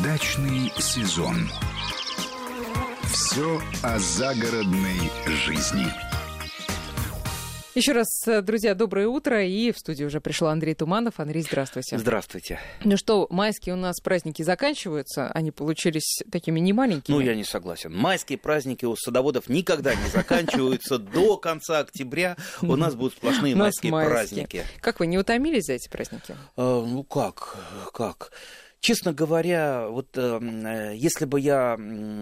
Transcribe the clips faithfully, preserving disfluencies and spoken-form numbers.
Дачный сезон. Все о загородной жизни. Еще раз, друзья, доброе утро. И в студию уже пришел Андрей Туманов. Андрей, здравствуйте. Здравствуйте. Ну что, майские у нас праздники заканчиваются. Они получились такими немаленькими. Ну, я не согласен. Майские праздники у садоводов никогда не заканчиваются. До конца октября у нас будут сплошные майские праздники. Как вы, не утомились за эти праздники? Ну, как? Как? Честно говоря, вот э, если бы я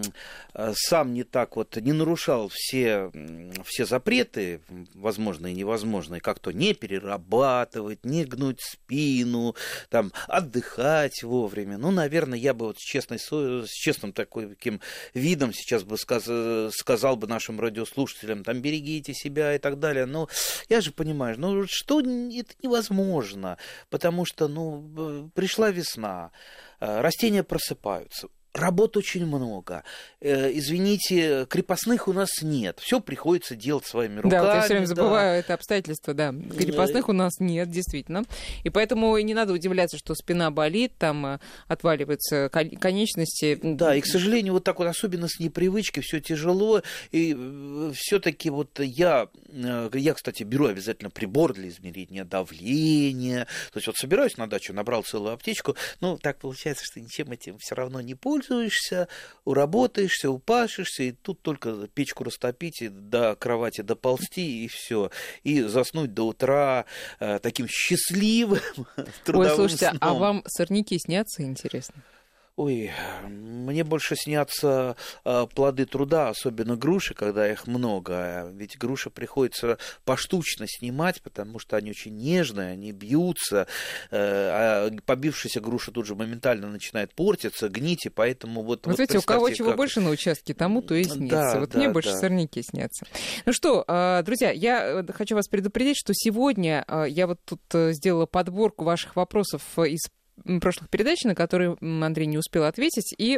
э, сам не так вот не нарушал все, все запреты, возможные и невозможные, как то не перерабатывать, не гнуть спину, там, отдыхать вовремя, ну, наверное, я бы вот с, честной, с честным таким видом сейчас бы сказ, сказал бы нашим радиослушателям, там, берегите себя и так далее, но я же понимаю, ну, что это невозможно, потому что, ну, пришла весна, растения просыпаются. Работ очень много. Э, извините, крепостных у нас нет. Все приходится делать своими руками. Да, вот я все время да. забываю это обстоятельство, да. Крепостных у нас нет, действительно. И поэтому не надо удивляться, что спина болит, там отваливаются конечности. Да, и, к сожалению, вот так вот, особенно с непривычки, все тяжело. И все-таки вот я, я, кстати, беру обязательно прибор для измерения давления. То есть вот собираюсь на дачу, набрал целую аптечку. Ну, так получается, что ничем этим все равно не пользуюсь. Уработаешься, упашешься, и тут только печку растопить, и до кровати доползти, и все. И заснуть до утра э, таким счастливым трудовым Ой, слушайте, сном. А вам сорняки снятся, интересно? Ой, мне больше снятся э, плоды труда, особенно груши, когда их много. Ведь груши приходится поштучно снимать, потому что они очень нежные, они бьются. Э, а побившаяся груша тут же моментально начинает портиться, гнить, и поэтому вот... Вот, вот видите, у кого чего как... больше на участке, тому то и снится. Да, вот да, мне больше да. сорняки снятся. Ну что, друзья, я хочу вас предупредить, что сегодня я вот тут сделала подборку ваших вопросов из прошлых передач, на которые Андрей не успел ответить, и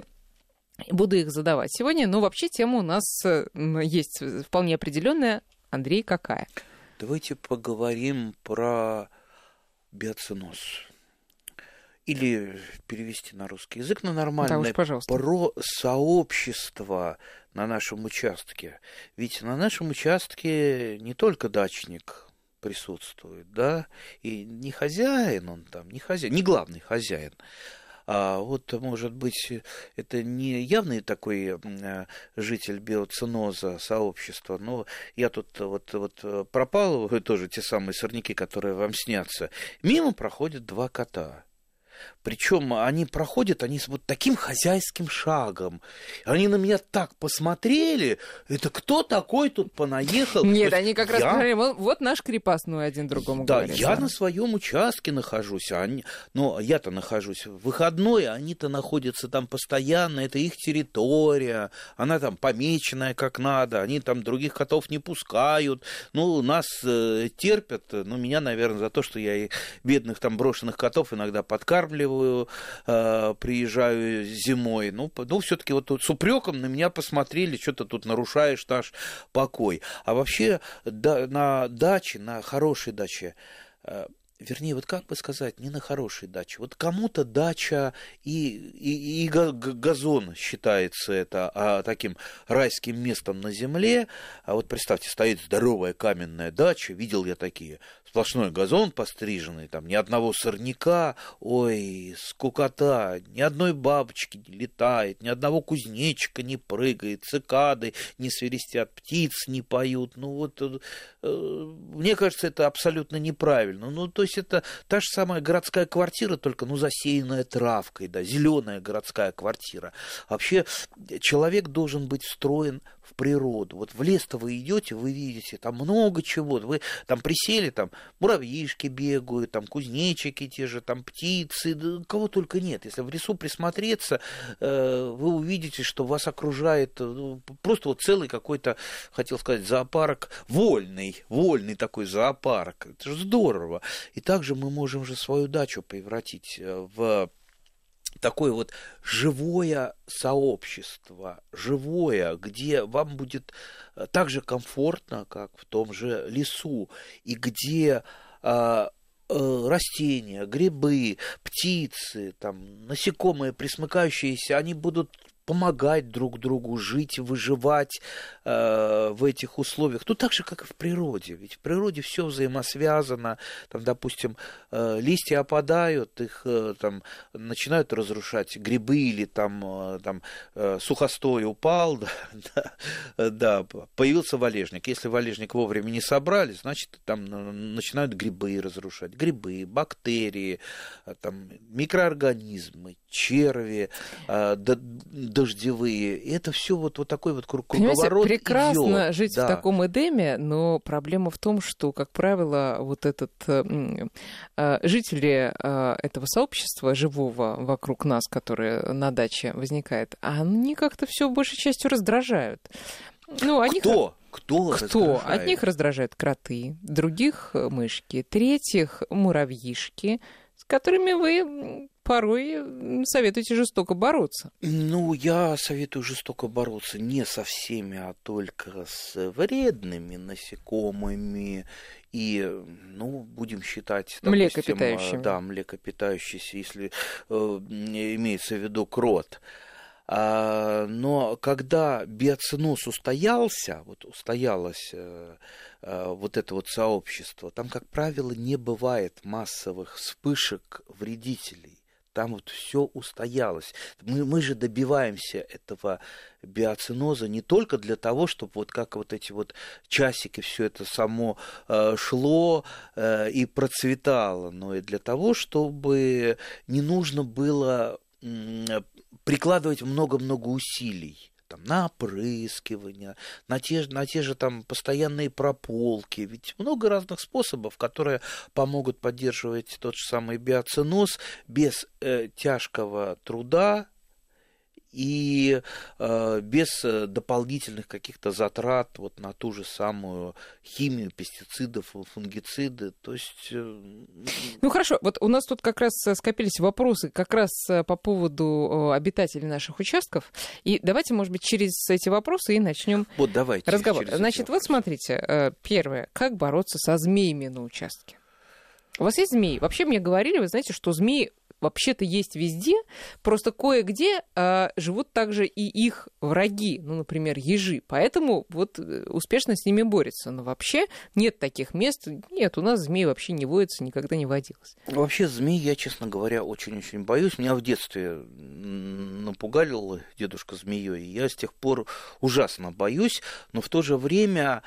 буду их задавать сегодня. Но вообще тема у нас есть вполне определенная. Андрей, какая? Давайте поговорим про биоценоз. Или перевести на русский язык на нормальный, да уж, пожалуйста. Про сообщество на нашем участке. Ведь на нашем участке не только дачник присутствует, да, и не хозяин он там, не хозяин, не главный хозяин, а вот, может быть, это не явный такой житель биоценоза сообщества, но я тут вот, вот пропал, тоже те самые сорняки, которые вам снятся, мимо проходят два кота. Причем они проходят, они с вот таким хозяйским шагом. Они на меня так посмотрели. Это кто такой тут понаехал? Нет, они как я... раз говорили, вот наш крепостной один другому да, говорит. я да, на своем участке нахожусь. А они... Но я-то нахожусь в выходной, они-то находятся там постоянно. Это их территория. Она там помеченная как надо. Они там других котов не пускают. Ну, нас э, терпят. Ну, меня, наверное, за то, что я и бедных там брошенных котов иногда подкармливаю. Приезжаю зимой, ну, ну все-таки вот тут с упреком на меня посмотрели, что-то тут нарушаешь наш покой. А вообще да, на даче, на хорошей даче, вернее, вот как бы сказать, не на хорошей даче. Вот кому-то дача и, и, и газон считается это а, таким райским местом на земле. А вот представьте, стоит здоровая каменная дача, видел я такие, сплошной газон постриженный, там ни одного сорняка, ой, скукота, ни одной бабочки не летает, ни одного кузнечика не прыгает, цикады не свиристят, птиц не поют. Ну вот, э, мне кажется, это абсолютно неправильно. Ну, то есть это та же самая городская квартира, только, ну, засеянная травкой, да, зеленая городская квартира. Вообще человек должен быть встроен в природу. Вот в лес-то вы идете, вы видите, там много чего. Вы там присели, там муравьишки бегают, там кузнечики те же, там птицы, да, кого только нет. Если в лесу присмотреться, э, вы увидите, что вас окружает ну, просто вот целый какой-то, хотел сказать, зоопарк, вольный, вольный такой зоопарк. Это же здорово. И также мы можем же свою дачу превратить в такое вот живое сообщество, живое, где вам будет так же комфортно, как в том же лесу, и где растения, грибы, птицы, там, насекомые, пресмыкающиеся, они будут помогать друг другу жить, выживать э, в этих условиях. Ну, так же, как и в природе. Ведь в природе все взаимосвязано. Там, допустим, э, листья опадают, их э, там, начинают разрушать грибы или там, э, там э, сухостой упал, да, да, да, появился валежник. Если валежник вовремя не собрали, значит, там начинают грибы разрушать. Грибы, бактерии, там, микроорганизмы, черви, э, дождевые. И это все вот, вот такой вот круговорот. Понимаете, прекрасно идет. жить Да. в таком Эдеме, но проблема в том, что, как правило, вот этот э, э, жители э, этого сообщества живого вокруг нас, которое на даче возникает, они как-то все большей частью раздражают. Ну, одних... Кто? Кто? Кто? Одних раздражают кроты, других мышки, третьих муравьишки, с которыми вы порой советуете жестоко бороться. Ну, я советую жестоко бороться не со всеми, а только с вредными насекомыми и, ну, будем считать, допустим, млекопитающими. Да, млекопитающиеся, если э, имеется в виду крот. А, но когда биоценоз устоялся, вот устоялось э, э, вот это вот сообщество, там, как правило, не бывает массовых вспышек вредителей. Там вот все устоялось. Мы, мы же добиваемся этого биоценоза не только для того, чтобы вот как вот эти вот часики все это само э, шло э, и процветало, но и для того, чтобы не нужно было э, прикладывать много-много усилий. Там, на опрыскивание, на те, на те же там постоянные прополки. Ведь много разных способов, которые помогут поддерживать тот же самый биоценоз без э, тяжкого труда и э, без дополнительных каких-то затрат вот на ту же самую химию, пестицидов, фунгициды. То есть... Э... Ну хорошо, вот у нас тут как раз скопились вопросы как раз по поводу обитателей наших участков. И давайте, может быть, через эти вопросы и начнем вот, давайте, разговор. Значит, вот смотрите, первое, как бороться со змеями на участке? У вас есть змеи? Вообще мне говорили, вы знаете, что змеи вообще-то есть везде, просто кое-где э, живут также и их враги, ну, например, ежи. Поэтому вот успешно с ними борются. Но вообще нет таких мест. Нет, у нас змеи вообще не водятся, никогда не водилось. Вообще змей я, честно говоря, очень-очень боюсь. Меня в детстве напугал дедушка змеей, и я с тех пор ужасно боюсь. Но в то же время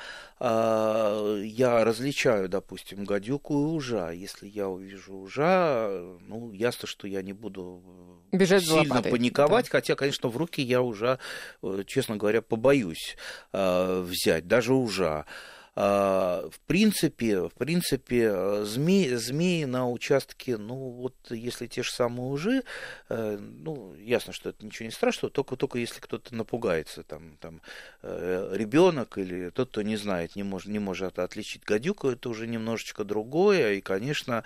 э, я различаю, допустим, гадюку и ужа. Если я увижу ужа, ну, ясно, что я не буду бежать сильно паниковать, да. Хотя, конечно, в руки я уже, честно говоря, побоюсь э, взять, даже ужа. В принципе, в принципе змеи, змеи на участке, ну вот если те же самые ужи, ну ясно, что это ничего не страшного, только, только если кто-то напугается, там, там ребенок или тот, кто не знает, не может, не может отличить гадюку, это уже немножечко другое, и, конечно,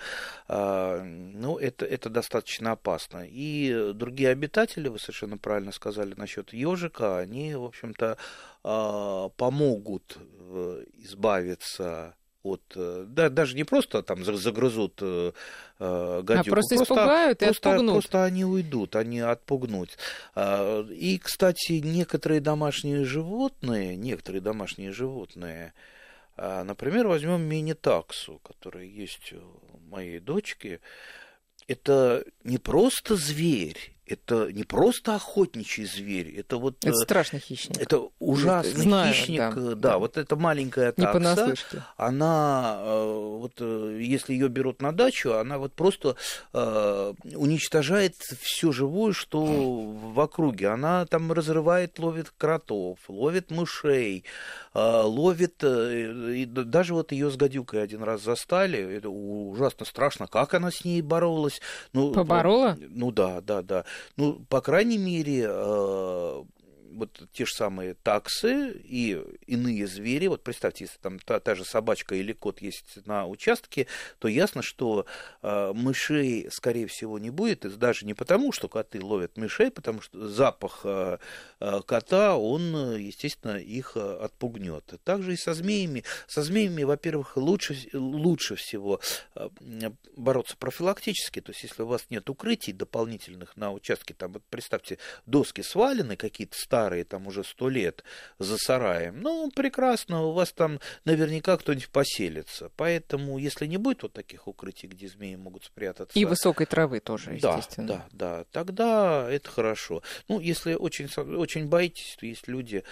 ну, это, это достаточно опасно. И другие обитатели, вы совершенно правильно сказали насчет ежика, они, в общем-то, помогут избавиться от... Да, даже не просто там загрызут э, гадюку. А просто испугают просто, и отпугнут. Просто, просто они уйдут, они отпугнут. И, кстати, некоторые домашние животные, некоторые домашние животные, например, возьмем мини-таксу, которая есть у моей дочки, это не просто зверь, это не просто охотничий зверь, это вот... Это страшный хищник. Это ужасный Знаю, хищник, да, да, да. Вот эта маленькая не такса, она, вот если ее берут на дачу, она вот просто э, уничтожает все живое, что в округе. Она там разрывает, ловит кротов, ловит мышей, э, ловит... Э, и даже вот ее с гадюкой один раз застали, это ужасно страшно, как она с ней боролась. Ну, Поборола? Ну да, да, да. Ну, по крайней мере, вот те же самые таксы и иные звери, вот представьте, если там та, та же собачка или кот есть на участке, то ясно, что э, мышей, скорее всего, не будет, и даже не потому, что коты ловят мышей, потому что запах э, э, кота, он, естественно, их отпугнет. Также и со змеями. Со змеями, во-первых, лучше, лучше всего э, бороться профилактически, то есть если у вас нет укрытий дополнительных на участке, там, вот представьте, доски свалены какие-то старые, там уже сто лет за сараем, ну, прекрасно, у вас там наверняка кто-нибудь поселится. Поэтому, если не будет вот таких укрытий, где змеи могут спрятаться... И высокой травы тоже, естественно. Да, да, да, тогда это хорошо. Ну, если очень, очень боитесь, то есть люди,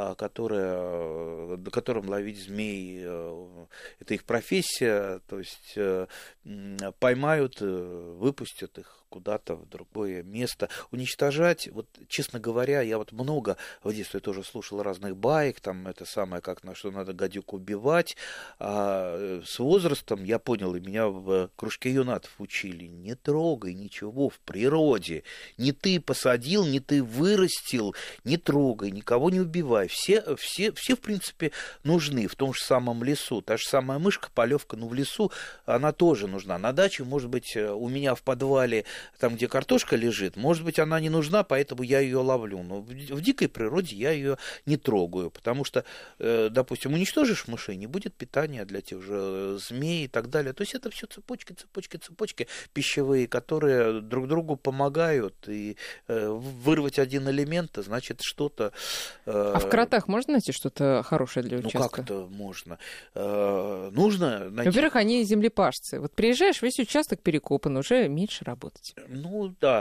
которые, которым ловить змей, это их профессия, то есть поймают, выпустят их куда-то в другое место, уничтожать, вот, честно говоря, я вот много в детстве тоже слушал разных баек, там, это самое, как на что надо гадюку убивать, а с возрастом я понял, и меня в кружке юнатов учили, не трогай ничего в природе, не ты посадил, не ты вырастил, не трогай, никого не убивай, все, все, все в принципе, нужны в том же самом лесу, та же самая мышка, полевка, ну, в лесу она тоже нужна, на даче, может быть, у меня в подвале там, где картошка лежит, может быть, она не нужна, поэтому я ее ловлю. Но в, в дикой природе я ее не трогаю, потому что, э, допустим, уничтожишь мышей, не будет питания для тех же змей и так далее. То есть это все цепочки, цепочки, цепочки пищевые, которые друг другу помогают. И э, вырвать один элемент, значит, что-то... Э, а в кротах можно найти что-то хорошее для участка? Ну, как это можно? Э, нужно найти... Во-первых, они землепашцы. Вот приезжаешь, весь участок перекопан, уже меньше работать. Ну, да.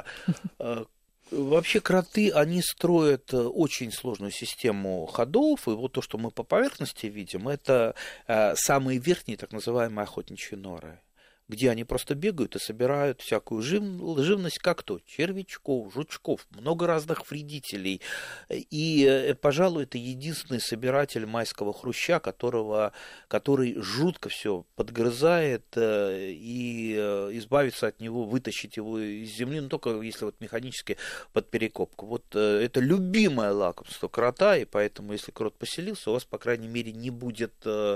Вообще кроты, они строят очень сложную систему ходов, и вот то, что мы по поверхности видим, это самые верхние так называемые охотничьи норы, где они просто бегают и собирают всякую жив... живность, как то, червячков, жучков, много разных вредителей. И, пожалуй, это единственный собиратель майского хруща, которого, который жутко все подгрызает, и избавиться от него, вытащить его из земли, ну, только если вот механически под перекопку. Вот это любимое лакомство крота, и поэтому, если крот поселился, у вас, по крайней мере, не будет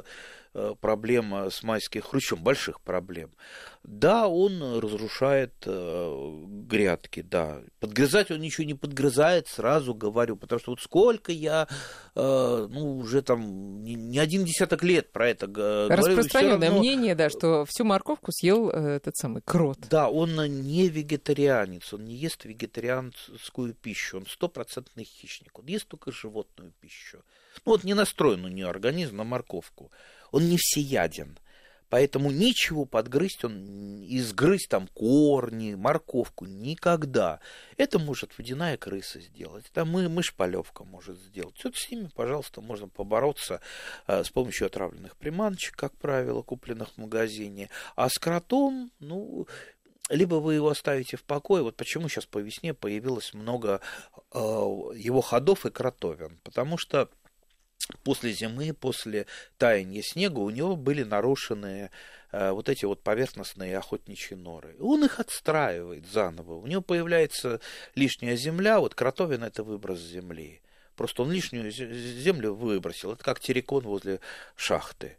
проблем с майским хрущом, больших проблем. Да, он разрушает э, грядки, да. Подгрызать он ничего не подгрызает, сразу говорю, потому что вот сколько я, э, ну, уже там не, не один десяток лет про это говорю. Распространенное равно... мнение, да, что всю морковку съел э, этот самый крот. Да, он не вегетарианец, он не ест вегетарианскую пищу, он стопроцентный хищник, он ест только животную пищу. Ну, вот не настроен у нее организм на морковку, он не всеяден. Поэтому ничего подгрызть он, изгрызть там корни, морковку никогда. Это может водяная крыса сделать, это мы, мышь-полевка может сделать. Вот с ними, пожалуйста, можно побороться э, с помощью отравленных приманочек, как правило, купленных в магазине. А с кротом, ну... либо вы его оставите в покое. Вот почему сейчас по весне появилось много э, его ходов и кротовин. Потому что после зимы, после таяния снега у него были нарушены э, вот эти вот поверхностные охотничьи норы. Он их отстраивает заново. У него появляется лишняя земля. Вот кротовин — это выброс земли. Просто он лишнюю землю выбросил. Это как террикон возле шахты.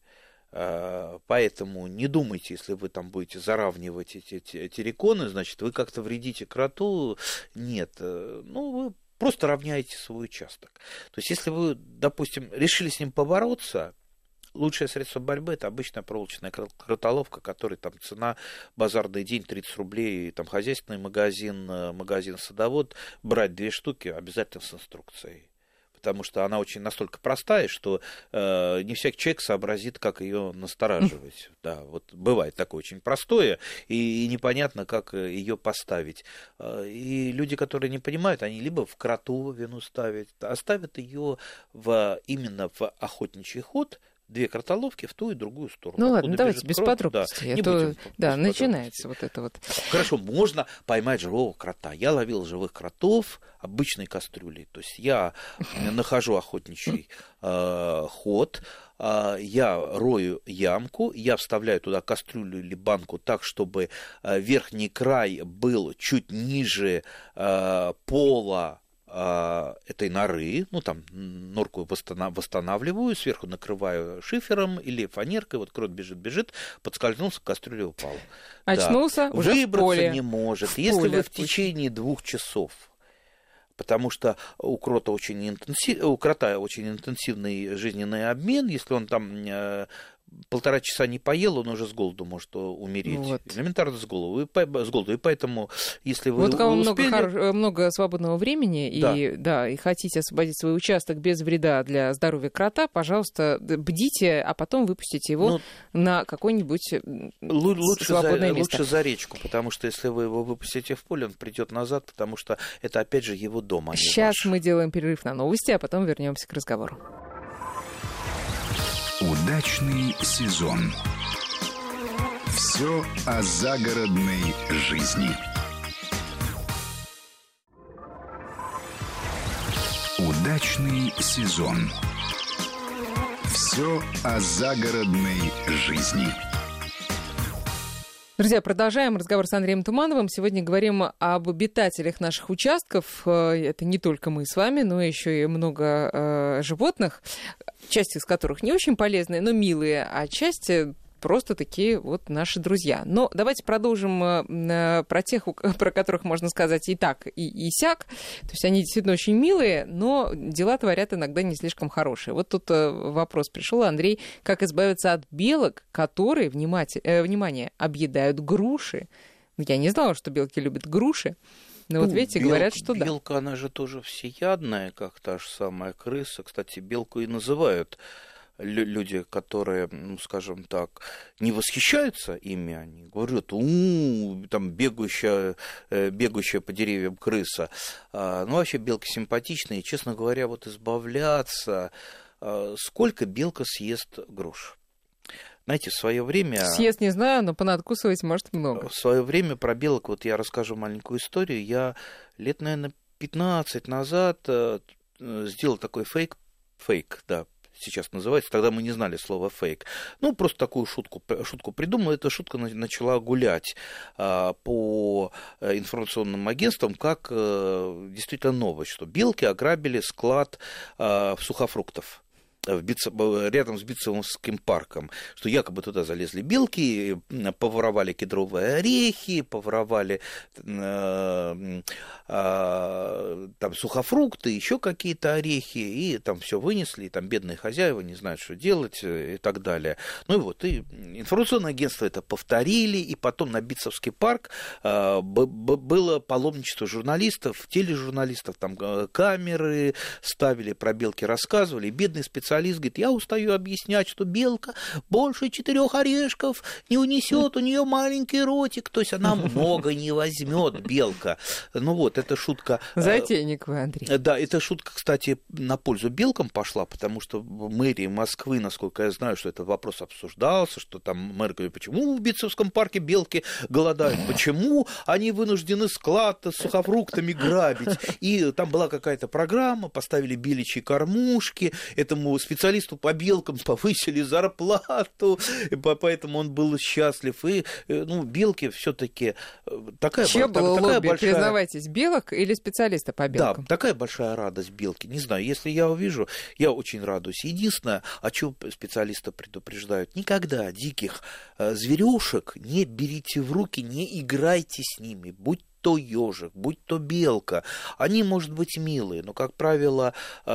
Поэтому не думайте, если вы там будете заравнивать эти терриконы, значит, вы как-то вредите кроту. Нет, ну, вы просто равняете свой участок. То есть, если вы, допустим, решили с ним побороться, лучшее средство борьбы — это обычная проволочная кротоловка, которой там цена базарный день тридцать рублей, там хозяйственный магазин, магазин садовод, брать две штуки обязательно с инструкцией. Потому что она очень настолько простая, что э, не всякий человек сообразит, как ее настораживать. Да, вот бывает такое очень простое, и, и непонятно, как ее поставить. И люди, которые не понимают, они либо в кротовину ставят, а ставят ее в, именно в охотничий ход, две кротоловки в ту и другую сторону. Ну ладно, давайте без крот, подробностей. Да, то, да начинается вот это вот. Хорошо, можно поймать живого крота. Я ловил живых кротов обычной кастрюлей. То есть я нахожу охотничий э, ход, э, я рою ямку, я вставляю туда кастрюлю или банку так, чтобы э, верхний край был чуть ниже э, пола этой норы, ну, там, норку восстанавливаю, сверху накрываю шифером или фанеркой, вот крот бежит-бежит, подскользнулся, в кастрюле упал. Очнулся, да. уже Выбраться в поле. не может. В Если поле вы в течение двух часов, потому что у крота очень интенсив... у крота очень интенсивный жизненный обмен, если он там полтора часа не поел, он уже с голоду может умереть. Вот. Элементарно с голоду. И, с голоду. И поэтому, если вы вот у кого успели... много, хор... много свободного времени да. И, да, и хотите освободить свой участок без вреда для здоровья крота, пожалуйста, бдите, а потом выпустите его ну, на какое-нибудь лучше свободное за, место. Лучше за речку, потому что если вы его выпустите в поле, он придет назад, потому что это, опять же, его дом, а не Сейчас ваш. мы делаем перерыв на новости, а потом вернемся к разговору. Удачный сезон. Все о загородной жизни. Удачный сезон. Все о загородной жизни. Друзья, продолжаем разговор с Андреем Тумановым. Сегодня говорим об обитателях наших участков. Это не только мы с вами, но еще и много э, животных, часть из которых не очень полезные, но милые, а часть просто такие вот наши друзья. Но давайте продолжим э, про тех, про которых можно сказать и так, и, и сяк. То есть они действительно очень милые, но дела творят иногда не слишком хорошие. Вот тут э, вопрос пришел, Андрей, как избавиться от белок, которые, внимание, э, внимание, объедают груши. Я не знала, что белки любят груши. Но вот видите, Бел, говорят, что белка, да. Белка, она же тоже всеядная, как та же самая крыса. Кстати, белку и называют люди, которые, ну, скажем так, не восхищаются ими, они говорят, у там бегающая, бегающая по деревьям крыса. Ну, вообще белки симпатичные, и, честно говоря, вот избавляться, сколько белка съест груш? Знаете, в свое время... Съест не знаю, но понадкусывать может много. В свое время про белок, вот я расскажу маленькую историю, я лет, наверное, пятнадцать назад сделал такой фейк, фейк, да, сейчас называется, тогда мы не знали слова фейк. Ну, просто такую шутку, шутку придумал. Эта шутка начала гулять а, по информационным агентствам как а, действительно новость, что белки ограбили склад а, сухофруктов в Бице, рядом с Битцевским парком, что якобы туда залезли белки, поворовали кедровые орехи, поворовали э, э, там сухофрукты, еще какие-то орехи, и там все вынесли, и там бедные хозяева не знают, что делать, и так далее. Ну и вот, и информационное агентство это повторили, и потом на Битцевский парк э, б- б- было паломничество журналистов, тележурналистов, там камеры ставили, про белки рассказывали, и бедные специалисты говорит, я устаю объяснять, что белка больше четырех орешков не унесет, у нее маленький ротик, то есть она много не возьмет, белка. Ну вот, эта шутка... Затейник вы, Андрей. Да, эта шутка, кстати, на пользу белкам пошла, потому что в мэрии Москвы, насколько я знаю, что этот вопрос обсуждался, что там мэр говорит, почему в Битцевском парке белки голодают, почему они вынуждены склад с сухофруктами грабить. И там была какая-то программа, поставили беличьи кормушки, этому специалисту по белкам повысили зарплату, поэтому он был счастлив. И, ну, белки все-таки такая, Чье такая, было такая лобби, большая... признавайтесь, белок или специалиста по белкам? Да, такая большая радость белки. Не знаю, если я увижу, я очень радуюсь. Единственное, о чем специалисты предупреждают, никогда диких зверюшек не берите в руки, не играйте с ними, будь то ежик, будь то белка, они, может быть, милые, но, как правило,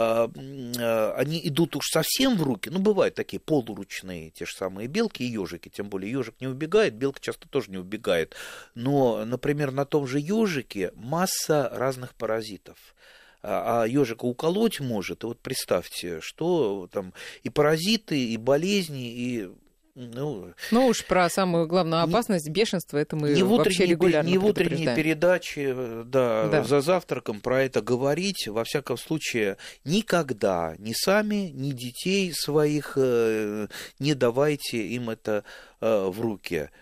они идут уж совсем в руки, ну, бывают такие полуручные, те же самые белки и ежики, тем более ежик не убегает, белка часто тоже не убегает, но, например, на том же ежике масса разных паразитов. А ежика уколоть может, и вот представьте, что там и паразиты, и болезни, и... Ну, ну уж про самую главную опасность, не, бешенство, это мы не вообще регулярно Не в утренней передаче, да, да, за завтраком про это говорить. Во всяком случае, никогда ни сами, ни детей своих не давайте им это в руки.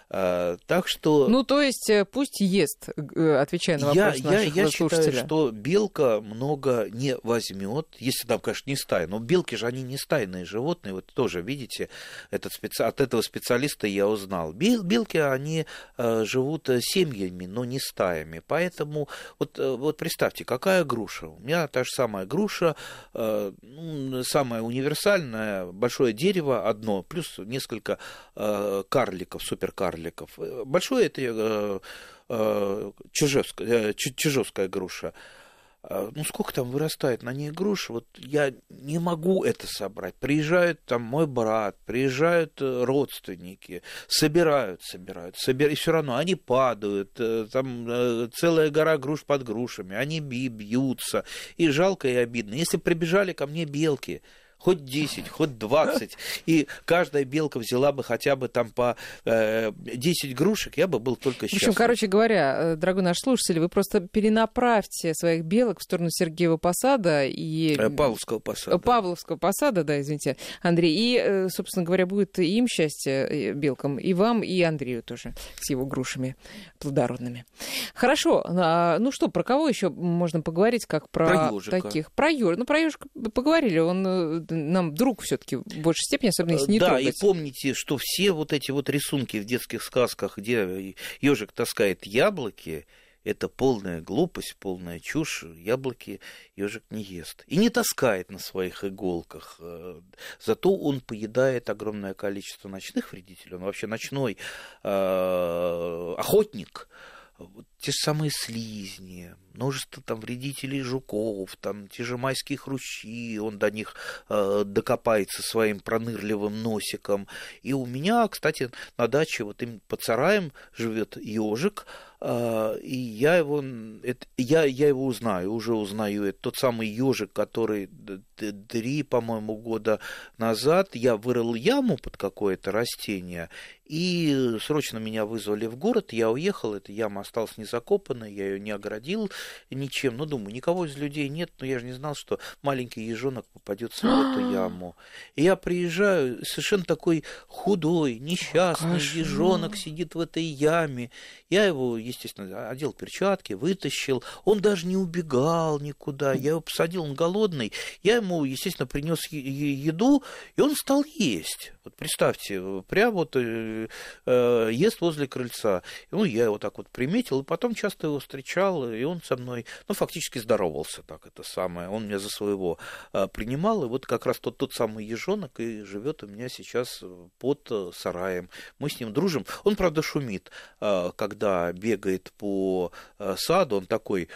Так что... Ну, то есть, пусть ест, отвечая на вопрос я, наших я, я слушателей. считаю, что белка много не возьмет, если там, конечно, не стая. Но белки же, они не стайные животные. Вот тоже, видите, этот специ... от этого специалиста я узнал. Бел... Белки, они э, живут семьями, но не стаями. Поэтому, вот, вот представьте, какая груша. У меня та же самая груша, э, ну, самая универсальная, большое дерево одно, плюс несколько э, карликов, суперкарликов. Большое это э, э, чижовская, чижовская груша. Ну, сколько там вырастает на ней груш, вот я не могу это собрать. Приезжает там мой брат, приезжают родственники, собирают, собирают, собирают, и все равно они падают, там целая гора груш под грушами, они бьются, и жалко, и обидно. Если прибежали ко мне белки, хоть десять, хоть двадцать, и каждая белка взяла бы хотя бы там по э, десять грушек, я бы был только счастлив. В общем, короче говоря, дорогой наш слушатель, вы просто перенаправьте своих белок в сторону Сергиева Посада и... Павловского Посада. Павловского Посада, да, извините, Андрей. И, собственно говоря, будет и им счастье, белкам, и вам, и Андрею тоже, с его грушами плодородными. Хорошо. Ну что, про кого еще можно поговорить, как про, про ёжика. Таких? Про ёжика. Ну, про ёжика поговорили, он... нам друг все-таки в большей степени, особенно если не да, трогать. Да, и помните, что все вот эти вот рисунки в детских сказках, где ежик таскает яблоки, это полная глупость, полная чушь. Яблоки ежик не ест. И не таскает на своих иголках. Зато он поедает огромное количество ночных вредителей. Он вообще ночной э, охотник. Те же самые слизни, множество там вредителей жуков, там те же майские хрущи, он до них э, докопается своим пронырливым носиком. И у меня, кстати, на даче вот им под сараем живет ежик, э, и я его, это, я, я его узнаю, уже узнаю. Это тот самый ежик, который три, по-моему, года назад я вырыл яму под какое-то растение, и срочно меня вызвали в город, я уехал, эта яма осталась незакопанной, я ее не оградил ничем. Ну, думаю, никого из людей нет, но я же не знал, что маленький ежонок попадется в эту яму. И я приезжаю, совершенно такой худой, несчастный ежонок сидит в этой яме. Я его, естественно, одел перчатки, вытащил. Он даже не убегал никуда. Я его посадил, он голодный. Я ему, естественно, принес еду, и он стал есть. Вот представьте, прям вот э, э, ест возле крыльца. Ну, я его так вот приметил, и потом часто его встречал, и он со мной, ну, фактически здоровался, так это самое. Он меня за своего э, принимал, и вот как раз тот, тот самый ежонок и живет у меня сейчас под э, сараем. Мы с ним дружим. Он, правда, шумит, э, когда бегает по э, саду, он такой...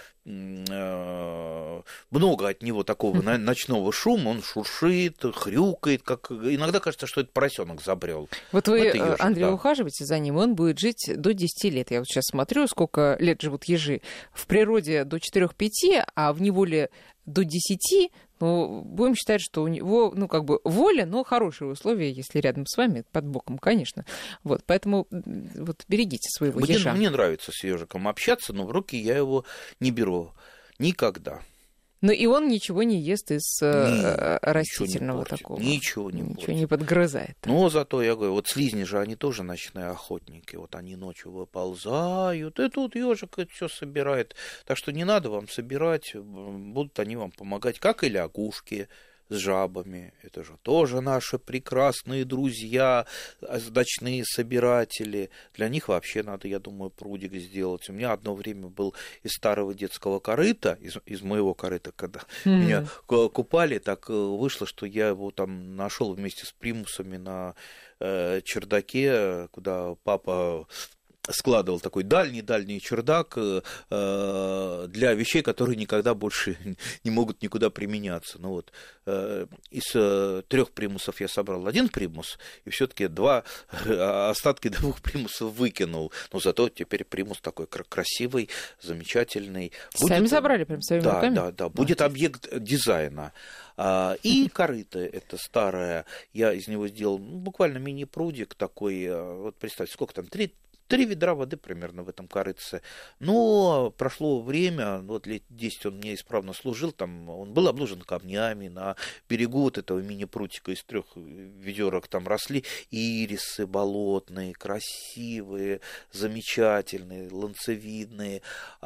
много от него такого ночного шума, он шуршит, хрюкает, как иногда кажется, что это поросенок забрел. Вот вы, ежик, Андрей, да. ухаживаете за ним, он будет жить до десяти лет. Я вот сейчас смотрю, сколько лет живут ежи. В природе до четырёх-пяти, а в неволе до десяти. Ну, будем считать, что у него, ну, как бы воля, но хорошие условия, если рядом с вами, под боком, конечно. Вот, поэтому вот берегите своего мне, ежа. Мне нравится с ежиком общаться, но в руки я его не беру никогда. Ну, и он ничего не ест из не, растительного ничего не такого. Ничего не Ничего портит. не подгрызает. Но зато, я говорю, вот слизни же, они тоже ночные охотники. Вот они ночью выползают, и тут ежик это все собирает. Так что не надо вам собирать, будут они вам помогать, как и лягушки с жабами. Это же тоже наши прекрасные друзья, ночные собиратели. Для них вообще надо, я думаю, прудик сделать. У меня одно время был из старого детского корыта, из, из моего корыта, когда mm-hmm. меня купали, так вышло, что я его там нашел вместе с примусами на э, чердаке, куда папа складывал такой дальний-дальний чердак э, для вещей, которые никогда больше не могут никуда применяться. Ну вот, э, из э, трех примусов я собрал один примус, и все-таки два, э, остатки двух примусов выкинул. Но зато теперь примус такой красивый, замечательный. Будет, Сами собрали прям своими да, руками? Да, да, будет объект дизайна. И корыто это старое, я из него сделал ну, буквально мини-прудик такой, вот представьте, сколько там, три Три ведра воды примерно в этом корыце. Но прошло время, вот лет десять он мне исправно служил, там он был обложен камнями, на берегу вот этого мини-прутика из трех ведерок там росли ирисы болотные, красивые, замечательные, ланцевидные.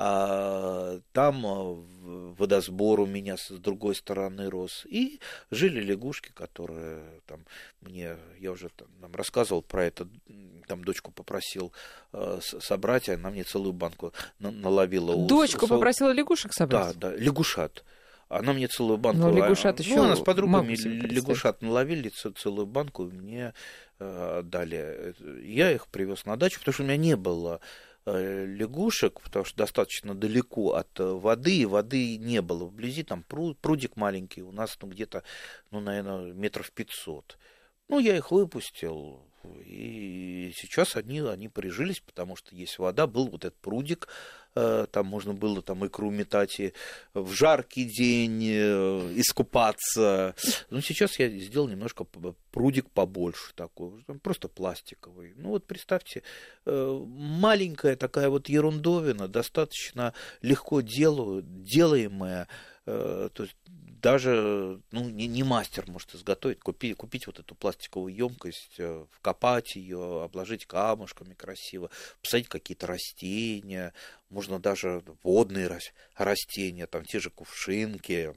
А там водосбор у меня с другой стороны рос. И жили лягушки, которые там мне, я уже там, там рассказывал про это, там дочку попросил собрать, она мне целую банку наловила. Дочку у... попросила лягушек собрать? Да, да, лягушат. Она мне целую банку... Ну, лягушат еще... Ну, она с подругами лягушат наловили, целую банку мне отдали. Я их привез на дачу, потому что у меня не было лягушек, потому что достаточно далеко от воды, и воды не было вблизи, там прудик маленький, у нас ну, где-то, ну, наверное, метров пятьсот. Ну, я их выпустил, и сейчас они, они прижились, потому что есть вода, был вот этот прудик, там можно было там икру метать и в жаркий день искупаться. Но сейчас я сделал немножко прудик побольше такой, просто пластиковый. Ну вот представьте, маленькая такая вот ерундовина, достаточно легко делаю, делаемая, то есть даже ну, не, не мастер может изготовить, купить, купить вот эту пластиковую емкость, вкопать ее, обложить камушками красиво, посадить какие-то растения, можно даже водные растения, там те же кувшинки.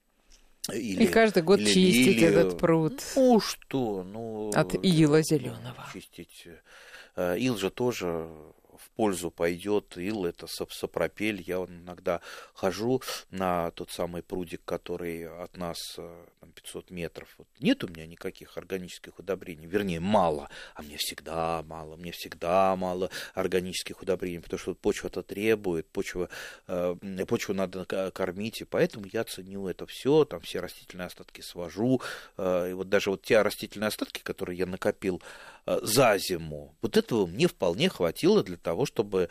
Или, и каждый год чистить лилии. Этот пруд. Ну что, ну от ила зеленого. Чистить. Ил же тоже в пользу пойдет. Ил это сапропель. Я иногда хожу на тот самый прудик, который от нас там, пятьсот метров. Вот. Нет у меня никаких органических удобрений. Вернее, мало. А мне всегда мало. Мне всегда мало органических удобрений. Потому что почва-то требует. Почва, э, почву надо кормить. И поэтому я ценю это все. Там все растительные остатки свожу. Э, и вот даже вот те растительные остатки, которые я накопил э, за зиму, вот этого мне вполне хватило для того, чтобы,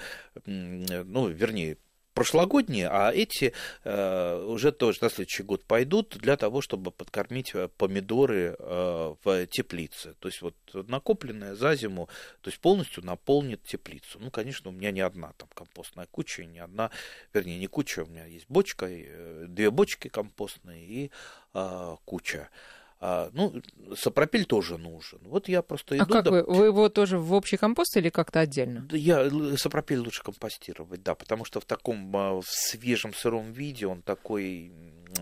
ну, вернее, прошлогодние, а эти э, уже тоже на следующий год пойдут для того, чтобы подкормить помидоры э, в теплице. То есть вот накопленное за зиму, то есть полностью наполнит теплицу. Ну, конечно, у меня не одна там компостная куча, не одна, вернее, не куча, у меня есть бочка, две бочки компостные и э, куча. А, ну, сапропель тоже нужен. Вот я просто иду... А как да... вы? Вы его тоже в общий компост или как-то отдельно? Да, я сапропель лучше компостировать, да, потому что в таком в свежем сыром виде он такой...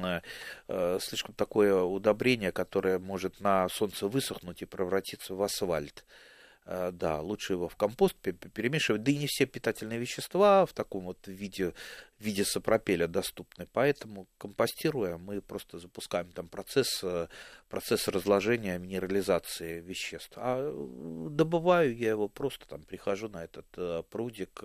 слишком такое удобрение, которое может на солнце высохнуть и превратиться в асфальт. Да, лучше его в компост перемешивать. Да и не все питательные вещества в таком вот виде, в виде сапропеля доступны. Поэтому, компостируя, мы просто запускаем там процесс, процесс разложения, минерализации веществ. А добываю я его просто, там, прихожу на этот прудик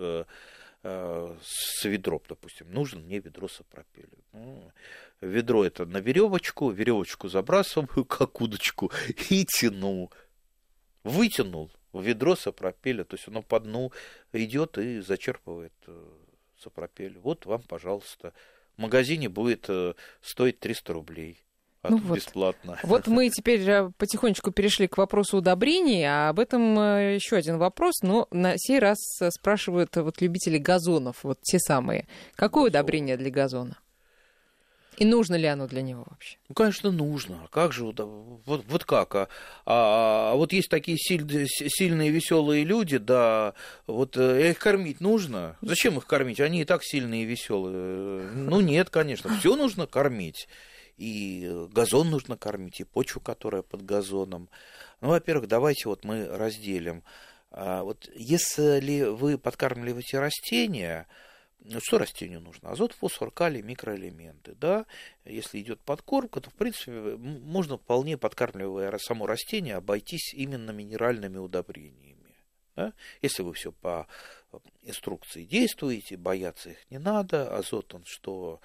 с ведром, допустим. Нужно мне ведро сапропеля. Ну, ведро это на веревочку, веревочку забрасываю, как удочку, и тяну. Вытянул в ведро сапропеля, то есть оно по дну идет и зачерпывает сапропель. Вот вам, пожалуйста. В магазине будет стоить триста рублей. А ну вот. Бесплатно. Вот мы теперь потихонечку перешли к вопросу удобрений, а об этом еще один вопрос, но на сей раз спрашивают вот любители газонов, вот те самые. Какое удобрение для газона? И нужно ли оно для него вообще? Ну, конечно, нужно. А как же, вот, вот как? А, а, а вот есть такие сильные, сильные, веселые люди, да, вот их кормить нужно. Зачем их кормить? Они и так сильные и веселые. Ну, нет, конечно, все нужно кормить. И газон нужно кормить, и почву, которая под газоном. Ну, во-первых, давайте вот мы разделим. А, вот если вы подкармливаете растения... Что растению нужно? Азот, фосфор, калий, микроэлементы. Да? Если идет подкормка, то, в принципе, можно вполне, подкармливая само растение, обойтись именно минеральными удобрениями. Да? Если вы все по инструкции действуете, бояться их не надо. Азот, он что... В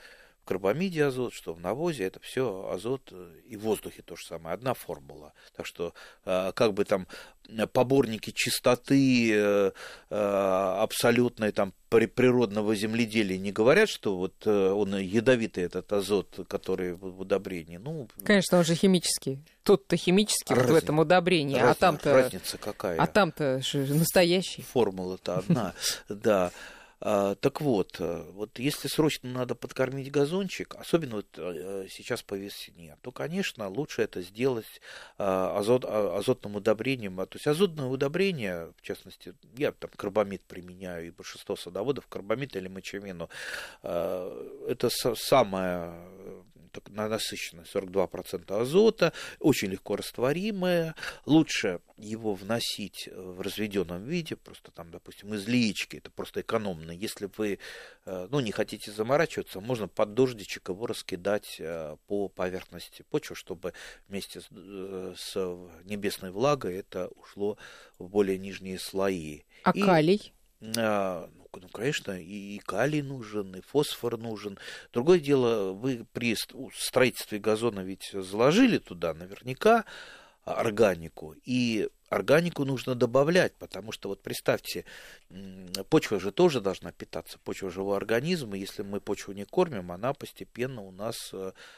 карбамиде азот, что в навозе, это все азот, и в воздухе то же самое, одна формула. Так что как бы там поборники чистоты абсолютной там природного земледелия не говорят, что вот он ядовитый, этот азот, который в удобрении. Ну, конечно, он же химический. Тут-то химический вот в этом удобрении, разница, а там-то... Разница какая? А там-то настоящий. Формула-то одна, да. А, так вот, вот если срочно надо подкормить газончик, особенно вот сейчас по весне, то, конечно, лучше это сделать азот, азотным удобрением. То есть азотное удобрение, в частности, я там карбамид применяю, и большинство садоводов карбамид или мочемину, это самое насыщенное, сорок два процента азота, очень легко растворимое, лучше его вносить в разведенном виде, просто там, допустим, из леечки, это просто экономно. Если вы, ну, не хотите заморачиваться, можно под дождичек его раскидать по поверхности почвы, чтобы вместе с небесной влагой это ушло в более нижние слои. А и... калий? Ну, конечно, и калий нужен, и фосфор нужен. Другое дело, вы при строительстве газона ведь заложили туда наверняка органику, и органику нужно добавлять, потому что вот представьте, почва же тоже должна питаться, почва живого организма, если мы почву не кормим, она постепенно у нас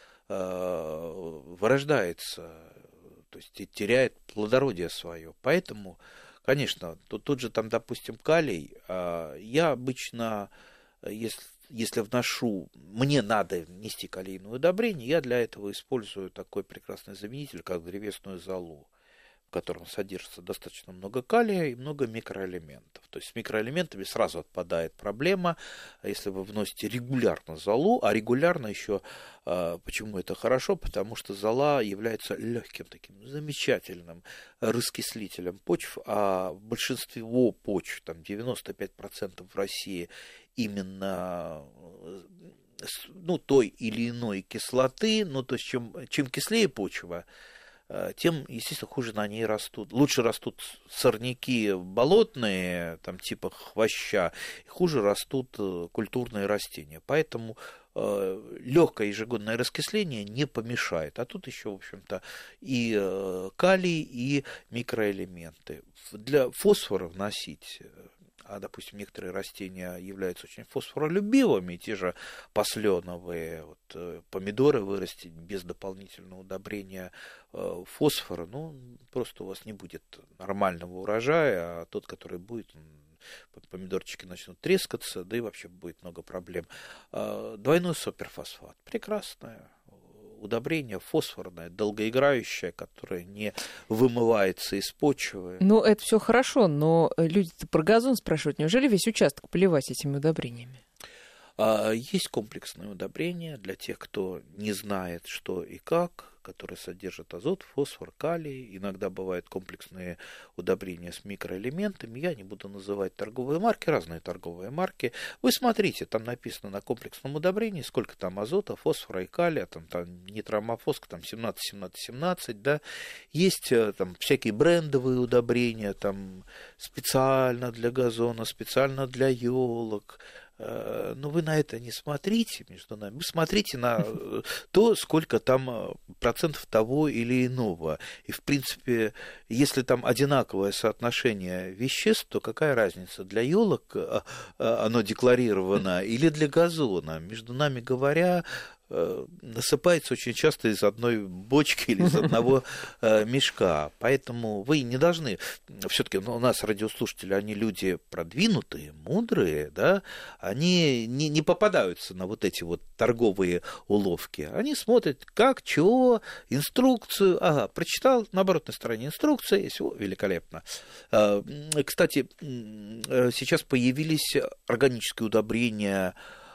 вырождается, то есть теряет плодородие свое, поэтому... Конечно, тут, тут же там, допустим, калий. Я обычно, если, если вношу, мне надо внести калийное удобрение, я для этого использую такой прекрасный заменитель, как древесную золу, в котором содержится достаточно много калия и много микроэлементов. То есть с микроэлементами сразу отпадает проблема, если вы вносите регулярно золу, а регулярно еще, почему это хорошо, потому что зола является легким таким замечательным раскислителем почв, а в большинстве почв, там девяносто пять процентов в России именно, ну, той или иной кислоты, ну, то есть чем, чем кислее почва, тем, естественно, хуже на ней растут. Лучше растут сорняки болотные, там, типа хвоща, и хуже растут культурные растения. Поэтому э, легкое ежегодное раскисление не помешает. А тут еще, в общем-то, и э, калий, и микроэлементы. Для фосфора вносить... а, допустим, некоторые растения являются очень фосфоролюбивыми, те же посленовые, вот, помидоры вырастить без дополнительного удобрения фосфора, ну, просто у вас не будет нормального урожая, а тот, который будет, помидорчики начнут трескаться, да и вообще будет много проблем. Двойной суперфосфат, прекрасное удобрение, фосфорное, долгоиграющее, которое не вымывается из почвы. Ну, это все хорошо, но люди-то про газон спрашивают, неужели весь участок поливать этими удобрениями? Есть комплексные удобрения для тех, кто не знает, что и как, которые содержат азот, фосфор, калий. Иногда бывают комплексные удобрения с микроэлементами. Я не буду называть торговые марки, разные торговые марки. Вы смотрите, там написано на комплексном удобрении, сколько там азота, фосфора и калия, там, там нитроамофоска, там семнадцать, семнадцать, семнадцать, да. Есть там всякие брендовые удобрения, там специально для газона, специально для елок. Но вы на это не смотрите между нами, вы смотрите на то, сколько там процентов того или иного. И, в принципе, если там одинаковое соотношение веществ, то какая разница, для елок оно декларировано или для газона? Между нами говоря, насыпается очень часто из одной бочки или из одного мешка. Поэтому вы не должны... Все-таки у нас радиослушатели, они люди продвинутые, мудрые, да, они не, не попадаются на вот эти вот торговые уловки. Они смотрят, как, чего, инструкцию. Ага, прочитал, на оборотной стороне инструкция есть. О, великолепно. Кстати, сейчас появились органические удобрения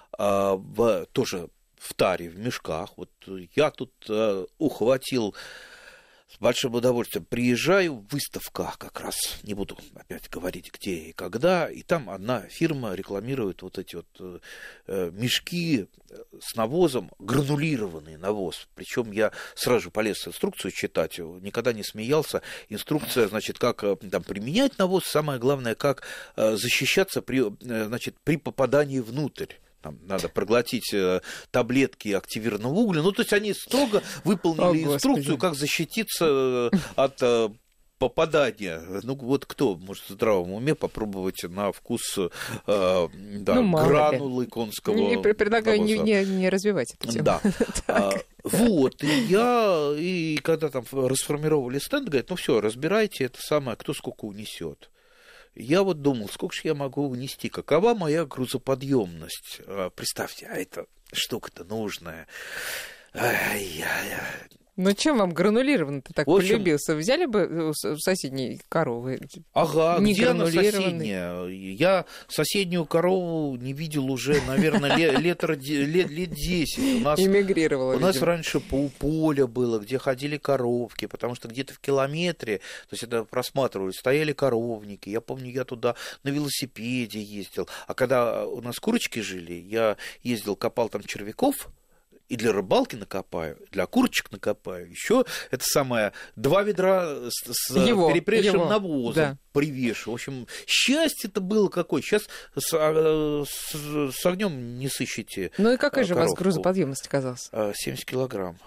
в, тоже в таре, в мешках. Вот я тут э, ухватил с большим удовольствием. Приезжаю, выставка как раз, не буду опять говорить, где и когда, и там одна фирма рекламирует вот эти вот э, мешки с навозом, гранулированный навоз. Причем я сразу же полез инструкцию читать, никогда не смеялся. Инструкция, значит, как там применять навоз, самое главное, как э, защищаться при, э, значит, при попадании внутрь. там, надо проглотить э, таблетки активированного угля. Ну, то есть они строго выполнили О, инструкцию, Господи. как защититься от э, попадания. Ну, вот кто может в здравом уме попробовать на вкус э, да, Ну, мало ли. гранулы конского Не, не, предлагаю не, навоза. не, не развивать эту тему. Да. А, вот, и я, и когда там расформировали стенд, говорят, ну все, разбирайте это самое, кто сколько унесет. Я вот думал, сколько же я могу унести, какова моя грузоподъемность. А, представьте, а эта штука-то нужная. Ай-яй-яй. Ну, чем вам гранулированно-то так В общем- полюбился? Взяли бы у с- у соседней коровы? Ага, Не где она гранулированный. соседняя? Я соседнюю корову не видел уже, наверное, лет, лет, лет, лет десять. У нас Эмигрировала, У нас видимо. раньше по поле было, где ходили коровки, потому что где-то в километре, то есть это просматривали, стояли коровники. Я помню, я туда на велосипеде ездил. А когда у нас курочки жили, я ездил, копал там червяков, и для рыбалки накопаю, для курочек накопаю. Еще это самое, два ведра с, с Его, перепревшим его, навозом да. привешу. В общем, счастье-то было какое. Сейчас с, а, с, с огнем не сыщете. Ну и какая же у вас коровку. грузоподъемность оказалась? А, семьдесят килограмм.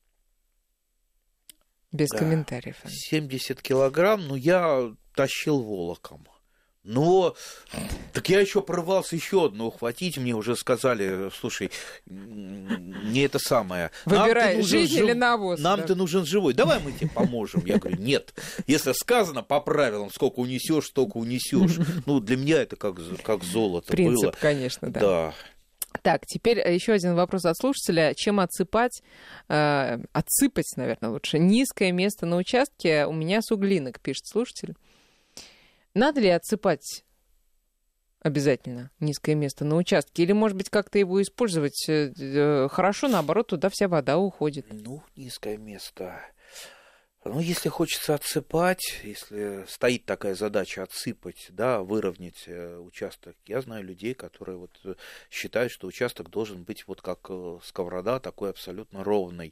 Без Да. комментариев. семьдесят килограмм, ну, я тащил волоком. Но так я еще порывался еще одну ухватить. Мне уже сказали, слушай, не это самое. Выбирай, Нам-то нужен жизнь жив- или навоз, Нам да. ты нужен живой. Давай мы тебе поможем. Я говорю, нет. Если сказано по правилам, сколько унесешь, столько унесешь. Ну, для меня это как, как золото Принцип, было. конечно, да. Да. Так, теперь еще один вопрос от слушателя. Чем отсыпать, э, отсыпать, наверное, лучше, низкое место на участке? У меня суглинок, пишет слушатель. Надо ли отсыпать обязательно низкое место на участке? Или, может быть, как-то его использовать э, э, хорошо, наоборот, туда вся вода уходит? Ну, низкое место. Ну, если хочется отсыпать, если стоит такая задача отсыпать, да, выровнять э, участок, я знаю людей, которые вот э, считают, что участок должен быть вот как э, сковорода, такой абсолютно ровный.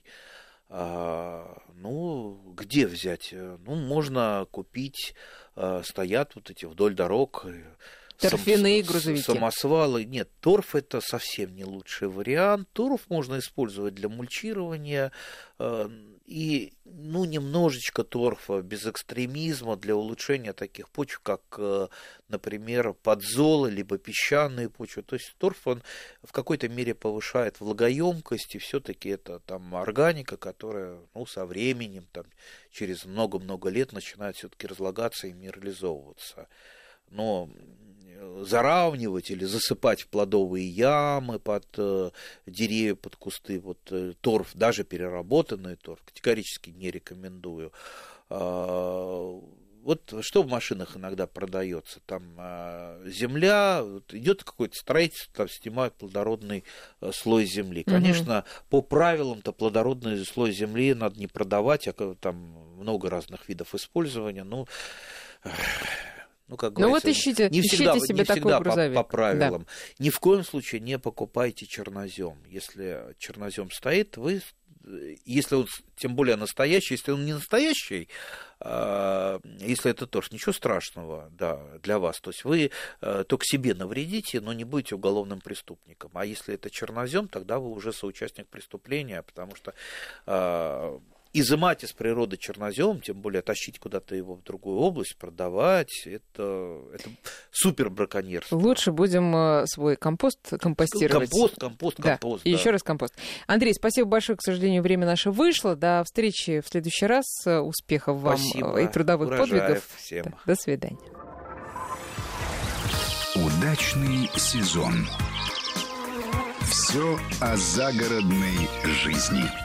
А, ну, где взять? Ну, можно купить, э, стоят вот эти вдоль дорог э, Торфяные сам- грузовики. Самосвалы. Нет, торф это совсем не лучший вариант. Торф можно использовать для мульчирования. э, И, ну, немножечко торфа, без экстремизма, для улучшения таких почв, как, э, например, подзолы, либо песчаные почвы. То есть торф, он в какой-то мере повышает влагоемкость, и все-таки это там органика, которая, ну, со временем, там, через много-много лет начинает все-таки разлагаться и минерализовываться. Но заравнивать или засыпать в плодовые ямы под э, деревья, под кусты, вот э, торф, даже переработанный торф, категорически не рекомендую. А, вот что в машинах иногда продается, там а, земля, вот, идет какое-то строительство, там снимают плодородный а, слой земли. Конечно, mm-hmm. по правилам-то плодородный слой земли надо не продавать, а там много разных видов использования, ну... Ну, как ну говорится, вот ищите, не ищите всегда, себе не такой всегда грузовик. по, по правилам. Да. Ни в коем случае не покупайте чернозем. Если чернозем стоит, вы, если он тем более настоящий, если он не настоящий, э, если это торф, ничего страшного, да, для вас. То есть вы э, только себе навредите, но не будете уголовным преступником. А если это чернозем, тогда вы уже соучастник преступления, потому что э, изымать из природы чернозем, тем более тащить куда-то его в другую область, продавать, это, это супер браконьерство. Лучше будем э, свой компост компостировать. Компост, компост, да. компост. И да. еще раз компост. Андрей, спасибо большое. К сожалению, время наше вышло. До встречи в следующий раз. Успехов вам Спасибо. и трудовых Урожаев подвигов. всем. Да. До свидания. Удачный сезон. Все о загородной жизни.